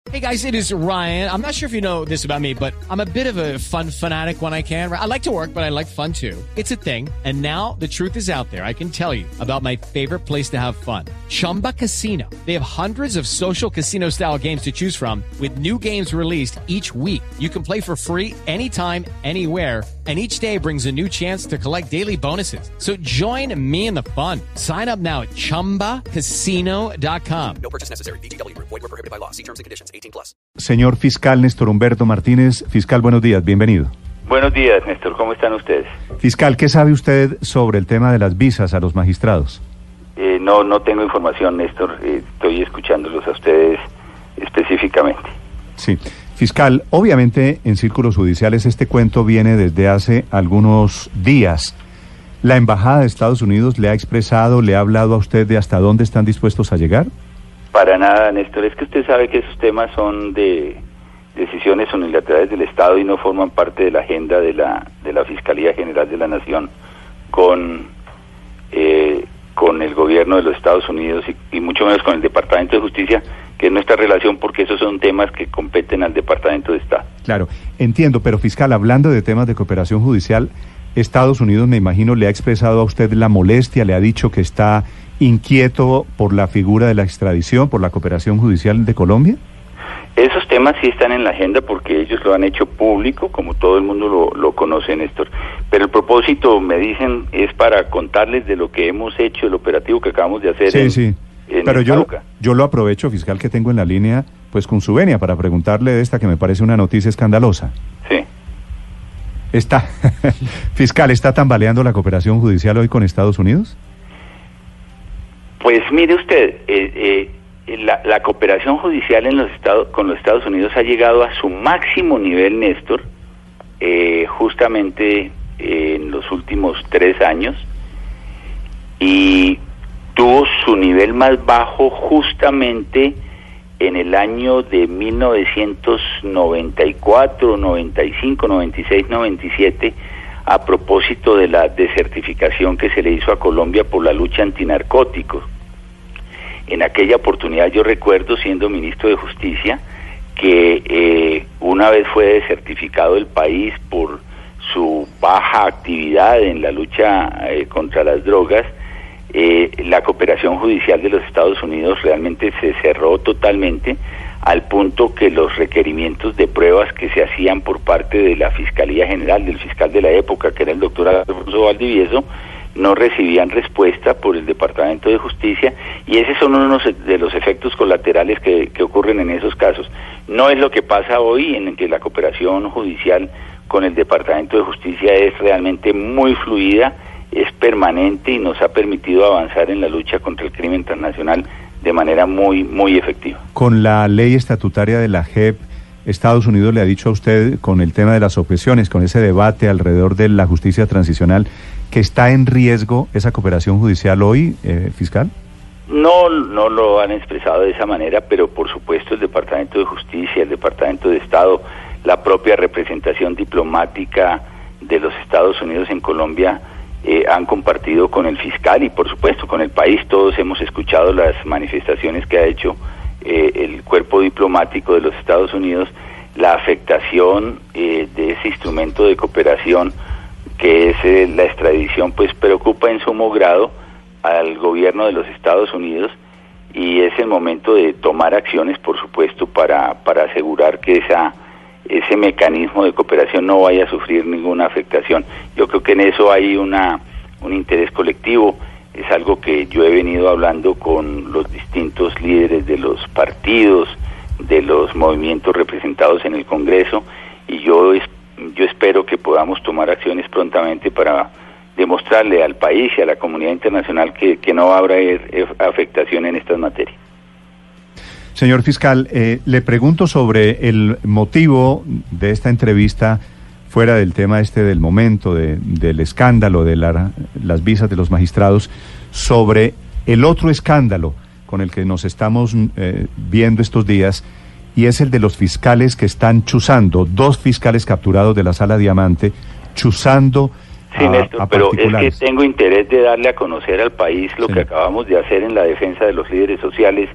Hey guys, it is Ryan. I'm not sure if you know this about me, but I'm a bit of a fun fanatic when I can. I like to work, but I like fun too. It's a thing. And now the truth is out there. I can tell you about my favorite place to have fun. Chumba Casino. They have hundreds of social casino style games to choose from with new games released each week. You can play for free anytime, anywhere. And each day brings a new chance to collect daily bonuses. So join me in the fun. Sign up now at ChumbaCasino.com. No purchase necessary. VGW Group. Void where prohibited by law. See terms and conditions. 18+. Señor fiscal Néstor Humberto Martínez. Fiscal, buenos días. Bienvenido. Buenos días, Néstor. ¿Cómo están ustedes? Fiscal, ¿qué sabe usted sobre el tema de las visas a los magistrados? No tengo información, Néstor. Estoy escuchándolos a ustedes específicamente. Sí. Fiscal, obviamente en círculos judiciales este cuento viene desde hace algunos días. ¿La Embajada de Estados Unidos le ha expresado, le ha hablado a usted de hasta dónde están dispuestos a llegar? Para nada, Néstor. Es que usted sabe que esos temas son de decisiones unilaterales del Estado y no forman parte de la agenda de la Fiscalía General de la Nación con el gobierno de los Estados Unidos y mucho menos con el Departamento de Justicia, que es nuestra relación, porque esos son temas que competen al Departamento de Estado. Claro, entiendo, pero fiscal, hablando de temas de cooperación judicial, Estados Unidos, me imagino, le ha expresado a usted la molestia, le ha dicho que está inquieto por la figura de la extradición, por la cooperación judicial de Colombia. Esos temas sí están en la agenda porque ellos lo han hecho público, como todo el mundo lo conoce, Néstor. Pero el propósito, me dicen, es para contarles de lo que hemos hecho, el operativo que acabamos de hacer. Sí. Pero yo lo aprovecho, fiscal, que tengo en la línea, pues con su venia, para preguntarle de esta que me parece una noticia escandalosa. Sí. Fiscal, ¿está tambaleando la cooperación judicial hoy con Estados Unidos? Pues mire usted, la cooperación judicial con los Estados Unidos ha llegado a su máximo nivel, Néstor, justamente en los últimos 3 años, y tuvo su nivel más bajo justamente en el año de 1994, 95, 96, 97, a propósito de la desertificación que se le hizo a Colombia por la lucha antinarcóticos. En aquella oportunidad yo recuerdo, siendo ministro de Justicia, que una vez fue desertificado el país por su baja actividad en la lucha contra las drogas, la cooperación judicial de los Estados Unidos realmente se cerró totalmente, al punto que los requerimientos de pruebas que se hacían por parte de la Fiscalía General, del fiscal de la época, que era el doctor Alfonso Valdivieso, no recibían respuesta por el Departamento de Justicia, y esos son unos de los efectos colaterales que ocurren en esos casos. No es lo que pasa hoy, en que la cooperación judicial con el Departamento de Justicia es realmente muy fluida, es permanente y nos ha permitido avanzar en la lucha contra el crimen transnacional de manera muy, muy efectiva. Con la ley estatutaria de la JEP, Estados Unidos le ha dicho a usted, con el tema de las objeciones, con ese debate alrededor de la justicia transicional, que está en riesgo esa cooperación judicial hoy, fiscal? No lo han expresado de esa manera, pero por supuesto el Departamento de Justicia, el Departamento de Estado, la propia representación diplomática de los Estados Unidos en Colombia han compartido con el fiscal y por supuesto con el país. Todos hemos escuchado las manifestaciones que ha hecho el cuerpo diplomático de los Estados Unidos, la afectación de ese instrumento de cooperación que es la extradición, pues preocupa en sumo grado al gobierno de los Estados Unidos, y es el momento de tomar acciones, por supuesto, para asegurar que ese mecanismo de cooperación no vaya a sufrir ninguna afectación. Yo creo que en eso hay un interés colectivo. Es algo que yo he venido hablando con los distintos líderes de los partidos, de los movimientos representados en el Congreso, y yo espero que podamos tomar acciones prontamente para demostrarle al país y a la comunidad internacional que no va a haber afectación en estas materias. Señor fiscal, le pregunto sobre el motivo de esta entrevista, fuera del tema del momento, del escándalo de las visas de los magistrados, sobre el otro escándalo con el que nos estamos viendo estos días, y es el de los fiscales que están chuzando, 2 fiscales capturados de la Sala Diamante, chuzando sí, Néstor, a pero particulares. Es que tengo interés de darle a conocer al país lo que acabamos de hacer en la defensa de los líderes sociales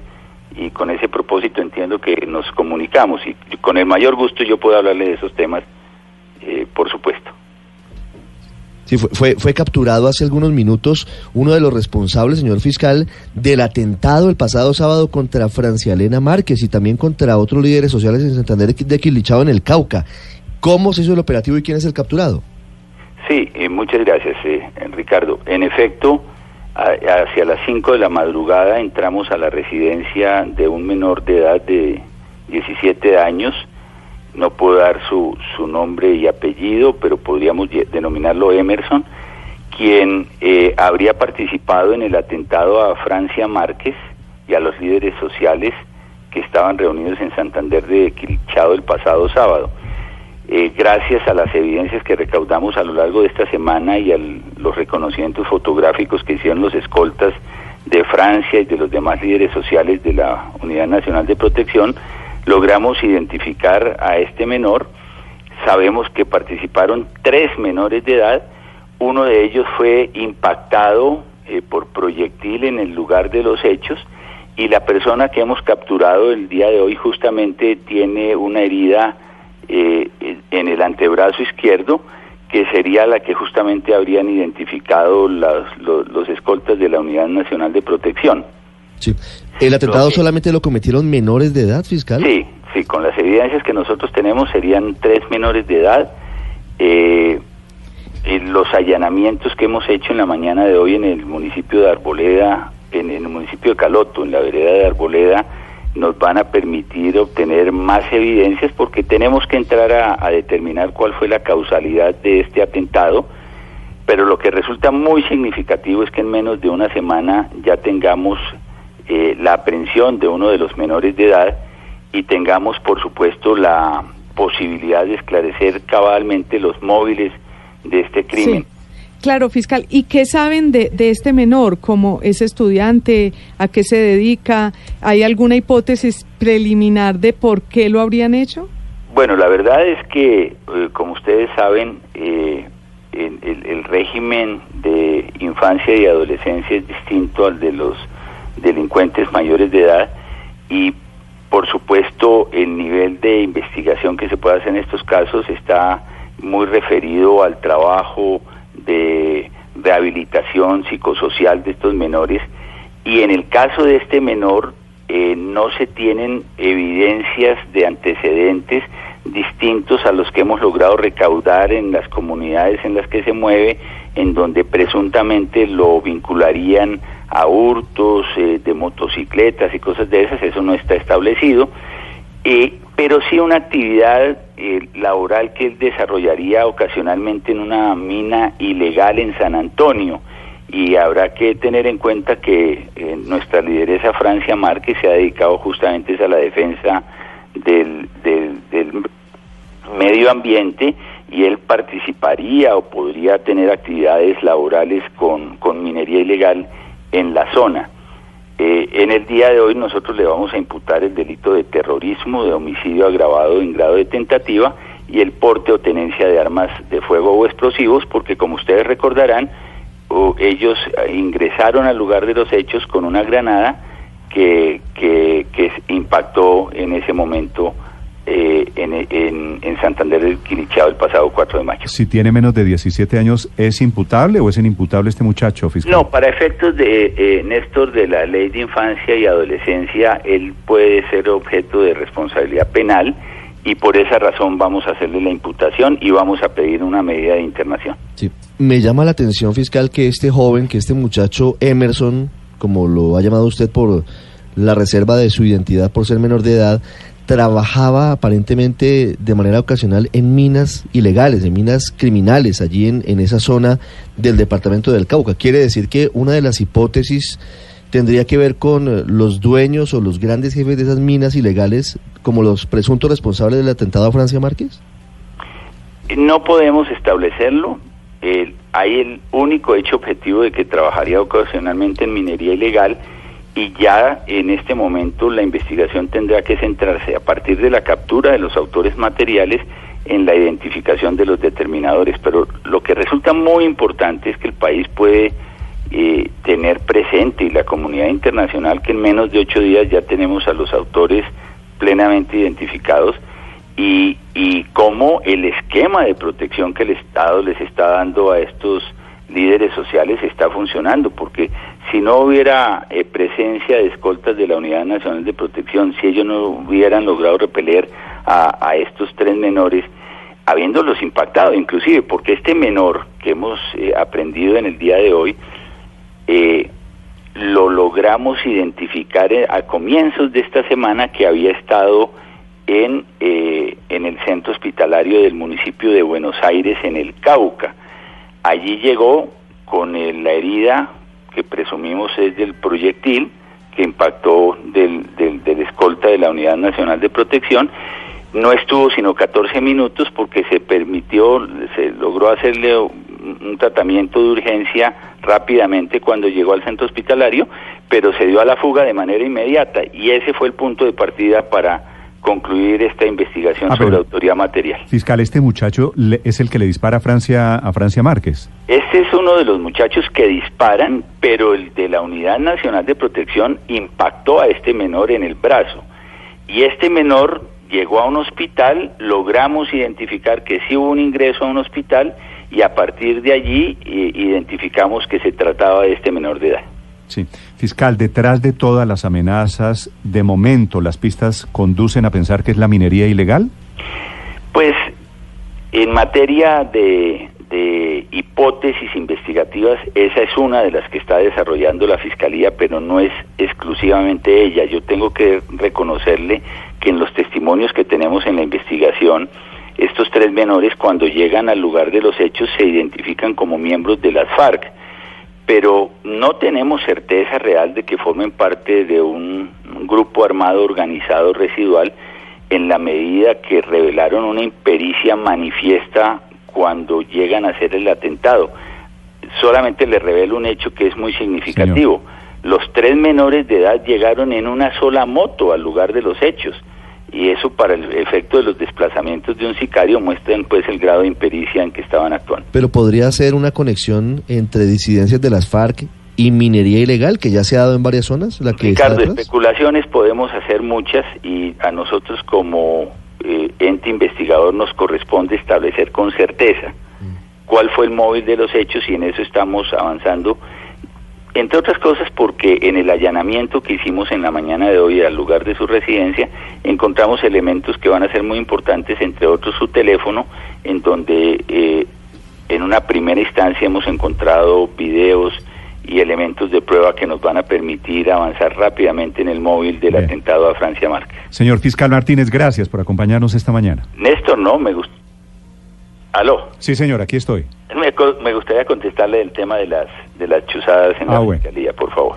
y con ese propósito entiendo que nos comunicamos y con el mayor gusto yo puedo hablarle de esos temas, por supuesto. Sí, fue capturado hace algunos minutos uno de los responsables, señor fiscal, del atentado el pasado sábado contra Francia Elena Márquez y también contra otros líderes sociales en Santander de Quilichao, en el Cauca. ¿Cómo se hizo el operativo y quién es el capturado? Sí, muchas gracias, Ricardo. En efecto, hacia las 5 de la madrugada entramos a la residencia de un menor de edad de 17 años, no puedo dar su nombre y apellido, pero podríamos denominarlo Emerson, quien habría participado en el atentado a Francia Márquez y a los líderes sociales que estaban reunidos en Santander de Quilichao el pasado sábado. Gracias a las evidencias que recaudamos a lo largo de esta semana y a los reconocimientos fotográficos que hicieron los escoltas de Francia y de los demás líderes sociales de la Unidad Nacional de Protección, logramos identificar a este menor. Sabemos que participaron 3 menores de edad. Uno de ellos fue impactado por proyectil en el lugar de los hechos, y la persona que hemos capturado el día de hoy justamente tiene una herida en el antebrazo izquierdo, que sería la que justamente habrían identificado los escoltas de la Unidad Nacional de Protección. Sí. ¿El atentado solamente lo cometieron menores de edad, fiscal? Sí, con las evidencias que nosotros tenemos serían 3 menores de edad. Los allanamientos que hemos hecho en la mañana de hoy en el municipio de Arboleda, en el municipio de Caloto, en la vereda de Arboleda, nos van a permitir obtener más evidencias, porque tenemos que entrar a determinar cuál fue la causalidad de este atentado, pero lo que resulta muy significativo es que en menos de una semana ya tengamos la aprehensión de uno de los menores de edad y tengamos, por supuesto, la posibilidad de esclarecer cabalmente los móviles de este crimen. Sí. Claro, fiscal. ¿Y qué saben de este menor? ¿Cómo es estudiante? ¿A qué se dedica? ¿Hay alguna hipótesis preliminar de por qué lo habrían hecho? Bueno, la verdad es que, como ustedes saben, el régimen de infancia y adolescencia es distinto al de los delincuentes mayores de edad, y por supuesto el nivel de investigación que se puede hacer en estos casos está muy referido al trabajo de rehabilitación psicosocial de estos menores, y en el caso de este menor no se tienen evidencias de antecedentes distintos a los que hemos logrado recaudar en las comunidades en las que se mueve, en donde presuntamente lo vincularían a hurtos de motocicletas y cosas de esas. Eso no está establecido, pero sí una actividad laboral que él desarrollaría ocasionalmente en una mina ilegal en San Antonio, y habrá que tener en cuenta que nuestra lideresa Francia Márquez se ha dedicado justamente a la defensa del medio ambiente, y él participaría o podría tener actividades laborales con minería ilegal en la zona. En el día de hoy nosotros le vamos a imputar el delito de terrorismo, de homicidio agravado en grado de tentativa y el porte o tenencia de armas de fuego o explosivos, porque como ustedes recordarán, ellos ingresaron al lugar de los hechos con una granada que impactó en ese momento en Santander del Quilichao el pasado 4 de mayo. Si tiene menos de 17 años, ¿es imputable o es inimputable este muchacho, fiscal? No, para efectos de Néstor, de la Ley de Infancia y Adolescencia, él puede ser objeto de responsabilidad penal, y por esa razón vamos a hacerle la imputación y vamos a pedir una medida de internación. Sí, me llama la atención, fiscal, que este joven, que este muchacho Emerson, como lo ha llamado usted por la reserva de su identidad por ser menor de edad, trabajaba aparentemente de manera ocasional en minas ilegales, en minas criminales, allí en esa zona del departamento del Cauca. Quiere decir que una de las hipótesis tendría que ver con los dueños o los grandes jefes de esas minas ilegales como los presuntos responsables del atentado a Francia Márquez. No podemos establecerlo. Hay el único hecho objetivo de que trabajaría ocasionalmente en minería ilegal, y ya en este momento la investigación tendrá que centrarse, a partir de la captura de los autores materiales, en la identificación de los determinadores. Pero lo que resulta muy importante es que el país puede tener presente, y la comunidad internacional, que en menos de 8 días ya tenemos a los autores plenamente identificados, y cómo el esquema de protección que el Estado les está dando a estos líderes sociales está funcionando, porque si no hubiera presencia de escoltas de la Unidad Nacional de Protección, si ellos no hubieran logrado repeler a estos 3 menores, habiéndolos impactado, inclusive porque este menor que hemos aprendido en el día de hoy, lo logramos identificar a comienzos de esta semana, que había estado en el centro hospitalario del municipio de Buenos Aires, en el Cauca. Allí llegó con la herida que presumimos es del proyectil que impactó del escolta de la Unidad Nacional de Protección. No estuvo sino 14 minutos porque se logró hacerle un tratamiento de urgencia rápidamente cuando llegó al centro hospitalario, pero se dio a la fuga de manera inmediata, y ese fue el punto de partida para concluir esta investigación sobre autoría material. Fiscal, este muchacho es el que le dispara a Francia Márquez. Este es uno de los muchachos que disparan, pero el de la Unidad Nacional de Protección impactó a este menor en el brazo, y este menor llegó a un hospital, logramos identificar que sí hubo un ingreso a un hospital, y a partir de allí identificamos que se trataba de este menor de edad. Sí. Fiscal, detrás de todas las amenazas, de momento, ¿las pistas conducen a pensar que es la minería ilegal? Pues, en materia de hipótesis investigativas, esa es una de las que está desarrollando la Fiscalía, pero no es exclusivamente ella. Yo tengo que reconocerle que en los testimonios que tenemos en la investigación, estos 3 menores, cuando llegan al lugar de los hechos, se identifican como miembros de las FARC, pero no tenemos certeza real de que formen parte de un grupo armado organizado residual, en la medida que revelaron una impericia manifiesta cuando llegan a hacer el atentado. Solamente les revelo un hecho que es muy significativo. Señor. Los 3 menores de edad llegaron en una sola moto al lugar de los hechos, y eso, para el efecto de los desplazamientos de un sicario, muestran pues el grado de impericia en que estaban actuando. Pero podría ser una conexión entre disidencias de las FARC y minería ilegal, que ya se ha dado en varias zonas. Ricardo, especulaciones podemos hacer muchas, y a nosotros como ente investigador nos corresponde establecer con certeza cuál fue el móvil de los hechos, y en eso estamos avanzando, entre otras cosas porque en el allanamiento que hicimos en la mañana de hoy al lugar de su residencia, encontramos elementos que van a ser muy importantes, entre otros su teléfono, en donde en una primera instancia hemos encontrado videos y elementos de prueba que nos van a permitir avanzar rápidamente en el móvil del atentado a Francia Márquez. Señor Fiscal Martínez, gracias por acompañarnos esta mañana. Néstor, no, me gusta. ¿Aló? Sí, señor, aquí estoy. Me gustaría contestarle el tema de las chuzadas en la Fiscalía, por favor.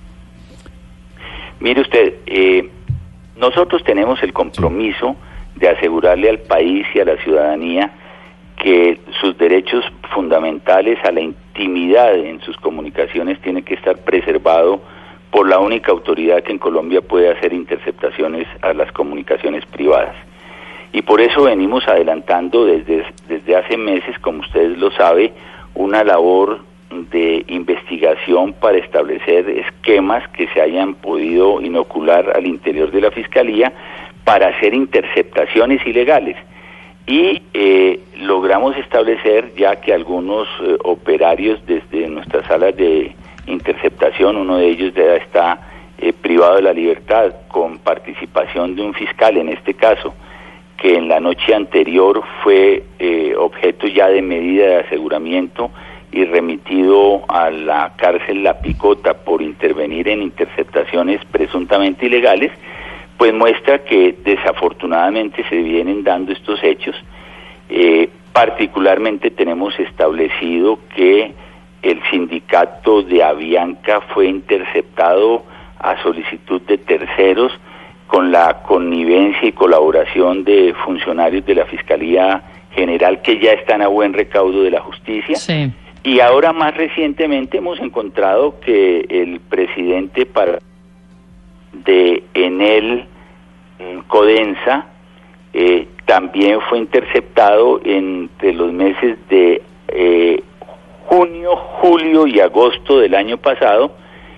Mire usted, nosotros tenemos el compromiso de asegurarle al país y a la ciudadanía que sus derechos fundamentales a la intimidad en sus comunicaciones tienen que estar preservados por la única autoridad que en Colombia puede hacer interceptaciones a las comunicaciones privadas. Y por eso venimos adelantando desde hace meses, como ustedes lo saben, una labor de investigación para establecer esquemas que se hayan podido inocular al interior de la Fiscalía para hacer interceptaciones ilegales. Y logramos establecer ya que algunos operarios desde nuestras salas de interceptación, uno de ellos ya está privado de la libertad, con participación de un fiscal en este caso, que en la noche anterior fue objeto ya de medida de aseguramiento y remitido a la cárcel La Picota por intervenir en interceptaciones presuntamente ilegales, pues muestra que desafortunadamente se vienen dando estos hechos. Particularmente tenemos establecido que el sindicato de Avianca fue interceptado a solicitud de terceros, con la connivencia y colaboración de funcionarios de la Fiscalía General que ya están a buen recaudo de la justicia. Sí. Y ahora más recientemente hemos encontrado que el presidente de Enel Codensa también fue interceptado entre los meses de junio, julio y agosto del año pasado,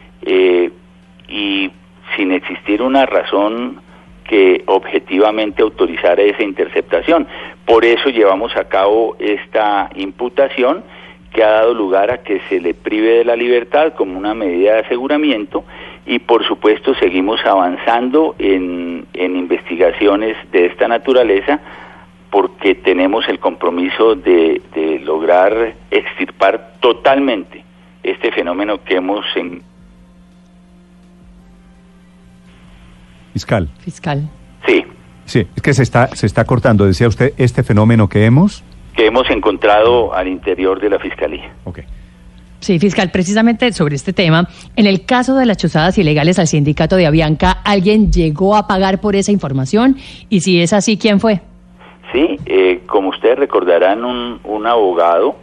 y sin existir una razón que objetivamente autorizara esa interceptación. Por eso llevamos a cabo esta imputación, que ha dado lugar a que se le prive de la libertad como una medida de aseguramiento, y por supuesto seguimos avanzando en investigaciones de esta naturaleza, porque tenemos el compromiso de lograr extirpar totalmente este fenómeno que hemos... Fiscal. Sí. Sí, es que se está cortando. Decía usted, este fenómeno que hemos encontrado al interior de la Fiscalía. Ok. Sí, fiscal, precisamente sobre este tema, en el caso de las chuzadas ilegales al sindicato de Avianca, ¿alguien llegó a pagar por esa información? Y si es así, ¿quién fue? Sí, como ustedes recordarán, un abogado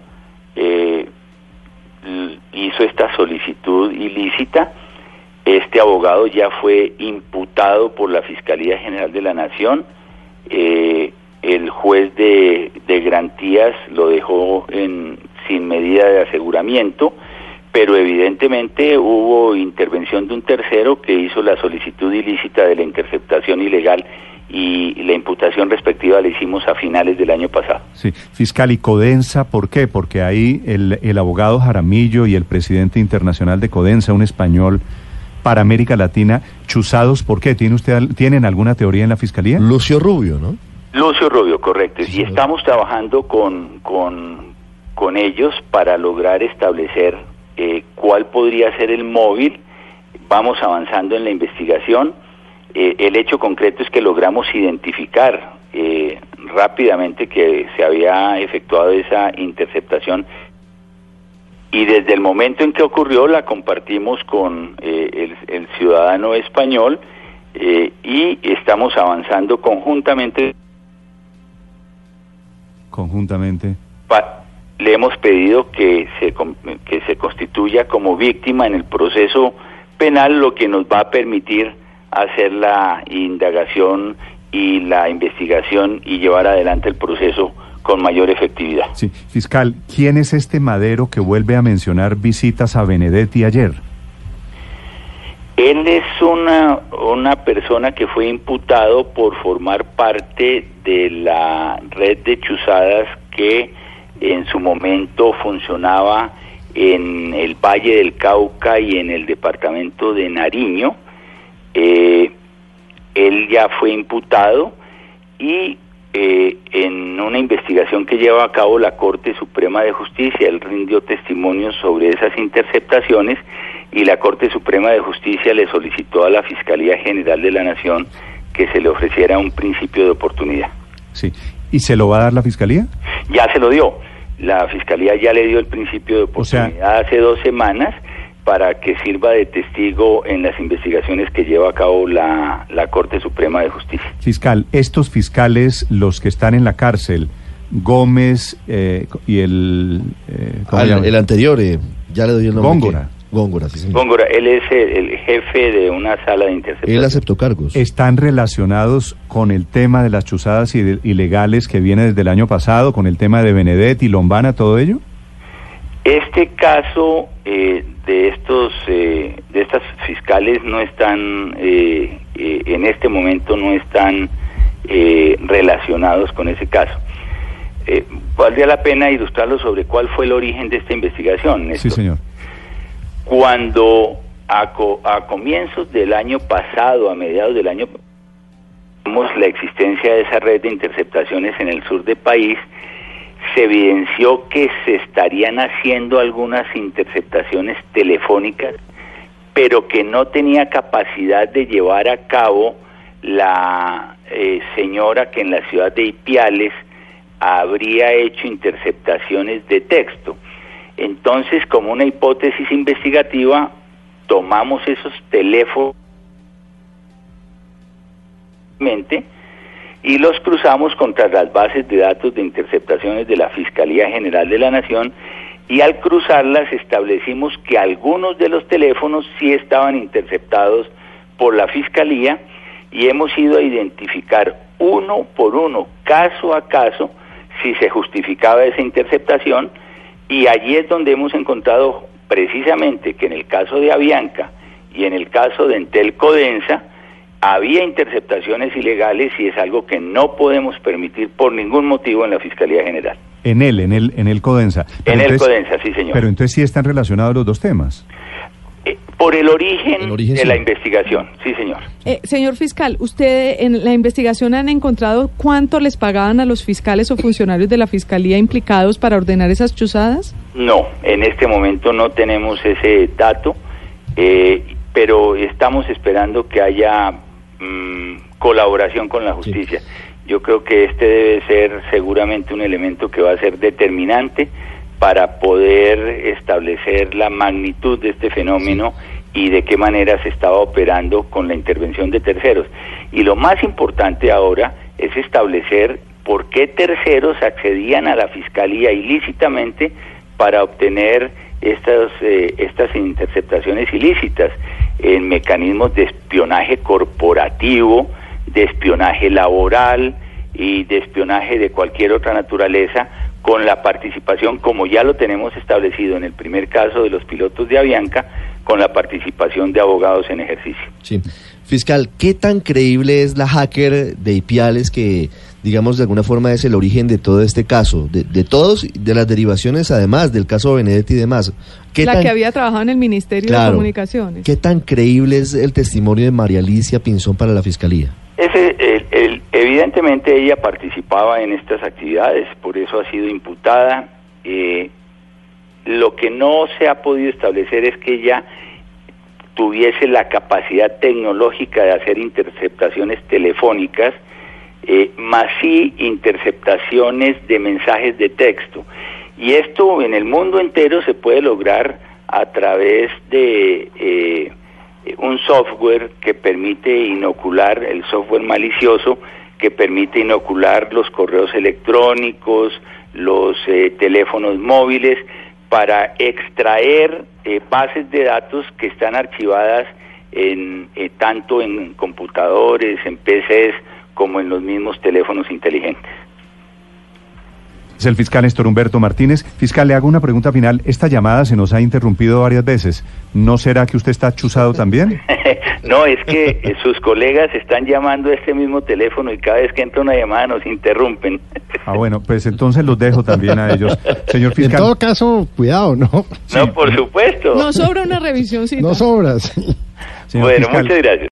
hizo esta solicitud ilícita. Este abogado ya fue imputado por la Fiscalía General de la Nación. El juez de garantías lo dejó sin medida de aseguramiento, pero evidentemente hubo intervención de un tercero que hizo la solicitud ilícita de la interceptación ilegal, y la imputación respectiva la hicimos a finales del año pasado. Sí, fiscal, ¿y Codensa por qué? Porque ahí el abogado Jaramillo y el presidente internacional de Codensa, un español, para América Latina, chuzados, ¿por qué? ¿Tienen alguna teoría en la Fiscalía? Lucio Rubio, ¿no? Lucio Rubio, correcto. Sí, y estamos trabajando con ellos para lograr establecer cuál podría ser el móvil. Vamos avanzando en la investigación. El hecho concreto es que logramos identificar rápidamente que se había efectuado esa interceptación, y desde el momento en que ocurrió la compartimos con el ciudadano español, y estamos avanzando conjuntamente. Le hemos pedido que se constituya como víctima en el proceso penal, lo que nos va a permitir hacer la indagación y la investigación y llevar adelante el proceso con mayor efectividad. Sí, fiscal, ¿quién es este Madero que vuelve a mencionar visitas a Benedetti ayer? Él es una persona que fue imputado por formar parte de la red de chuzadas que en su momento funcionaba en el Valle del Cauca y en el departamento de Nariño. Él ya fue imputado, y en una investigación que lleva a cabo la Corte Suprema de Justicia, él rindió testimonio sobre esas interceptaciones, y la Corte Suprema de Justicia le solicitó a la Fiscalía General de la Nación que se le ofreciera un principio de oportunidad. Sí. ¿Y se lo va a dar la Fiscalía? Ya se lo dio. La Fiscalía ya le dio el principio de oportunidad hace 2 semanas, para que sirva de testigo en las investigaciones que lleva a cabo la Corte Suprema de Justicia. Fiscal, estos fiscales, los que están en la cárcel, Gómez y el anterior, ya le doy el nombre. Góngora, sí, señor. Góngora, él es el jefe de una sala de interceptación. Él aceptó cargos. ¿Están relacionados con el tema de las chuzadas ilegales que viene desde el año pasado, con el tema de Benedetti, Lombana, todo ello? Este caso de estas fiscales no están en este momento no están relacionados con ese caso. Valdría la pena ilustrarlo sobre cuál fue el origen de esta investigación, Néstor. Sí, señor. Cuando a comienzos del año pasado, a mediados del año, vimos la existencia de esa red de interceptaciones en el sur del país, se evidenció que se estarían haciendo algunas interceptaciones telefónicas, pero que no tenía capacidad de llevar a cabo la señora que en la ciudad de Ipiales habría hecho interceptaciones de texto. Entonces, como una hipótesis investigativa, tomamos esos teléfonos y los cruzamos contra las bases de datos de interceptaciones de la Fiscalía General de la Nación, y al cruzarlas establecimos que algunos de los teléfonos sí estaban interceptados por la Fiscalía, y hemos ido a identificar uno por uno, caso a caso, si se justificaba esa interceptación, Y allí es donde hemos encontrado precisamente que en el caso de Avianca y en el caso de Entel Codensa había interceptaciones ilegales y es algo que no podemos permitir por ningún motivo en la Fiscalía General. En el Codensa. En el Codensa, sí, señor. Pero entonces sí están relacionados los dos temas. Por el origen de sí. la investigación, sí, señor. Señor fiscal, ¿usted en la investigación han encontrado cuánto les pagaban a los fiscales o funcionarios de la Fiscalía implicados para ordenar esas chuzadas? No, en este momento no tenemos ese dato, pero estamos esperando que haya colaboración con la justicia. Sí. Yo creo que este debe ser seguramente un elemento que va a ser determinante para poder establecer la magnitud de este fenómeno y de qué manera se estaba operando con la intervención de terceros. Y lo más importante ahora es establecer por qué terceros accedían a la Fiscalía ilícitamente para obtener estas interceptaciones ilícitas en mecanismos de espionaje corporativo, de espionaje laboral y de espionaje de cualquier otra naturaleza, con la participación, como ya lo tenemos establecido en el primer caso de los pilotos de Avianca, con la participación de abogados en ejercicio. Sí. Fiscal, ¿qué tan creíble es la hacker de Ipiales que, digamos, de alguna forma es el origen de todo este caso? De todos, de las derivaciones además, del caso Benedetti y demás. Que había trabajado en el Ministerio de Comunicaciones. ¿Qué tan creíble es el testimonio de María Alicia Pinzón para la Fiscalía? Evidentemente ella participaba en estas actividades, por eso ha sido imputada. Lo que no se ha podido establecer es que ella tuviese la capacidad tecnológica de hacer interceptaciones telefónicas, más sí interceptaciones de mensajes de texto. Y esto en el mundo entero se puede lograr a través de un software que permite inocular, el software malicioso, que permite inocular los correos electrónicos, los teléfonos móviles, para extraer bases de datos que están archivadas tanto en computadores, en PCs, como en los mismos teléfonos inteligentes. Es el fiscal Néstor Humberto Martínez. Fiscal, le hago una pregunta final. Esta llamada se nos ha interrumpido varias veces. ¿No será que usted está chuzado también? No, es que sus colegas están llamando a este mismo teléfono y cada vez que entra una llamada nos interrumpen. Ah, bueno, pues entonces los dejo también a ellos. Señor fiscal. En todo caso, cuidado, ¿no? No, por supuesto. No sobra una revisión. No sobra, sí. Bueno, fiscal, muchas gracias.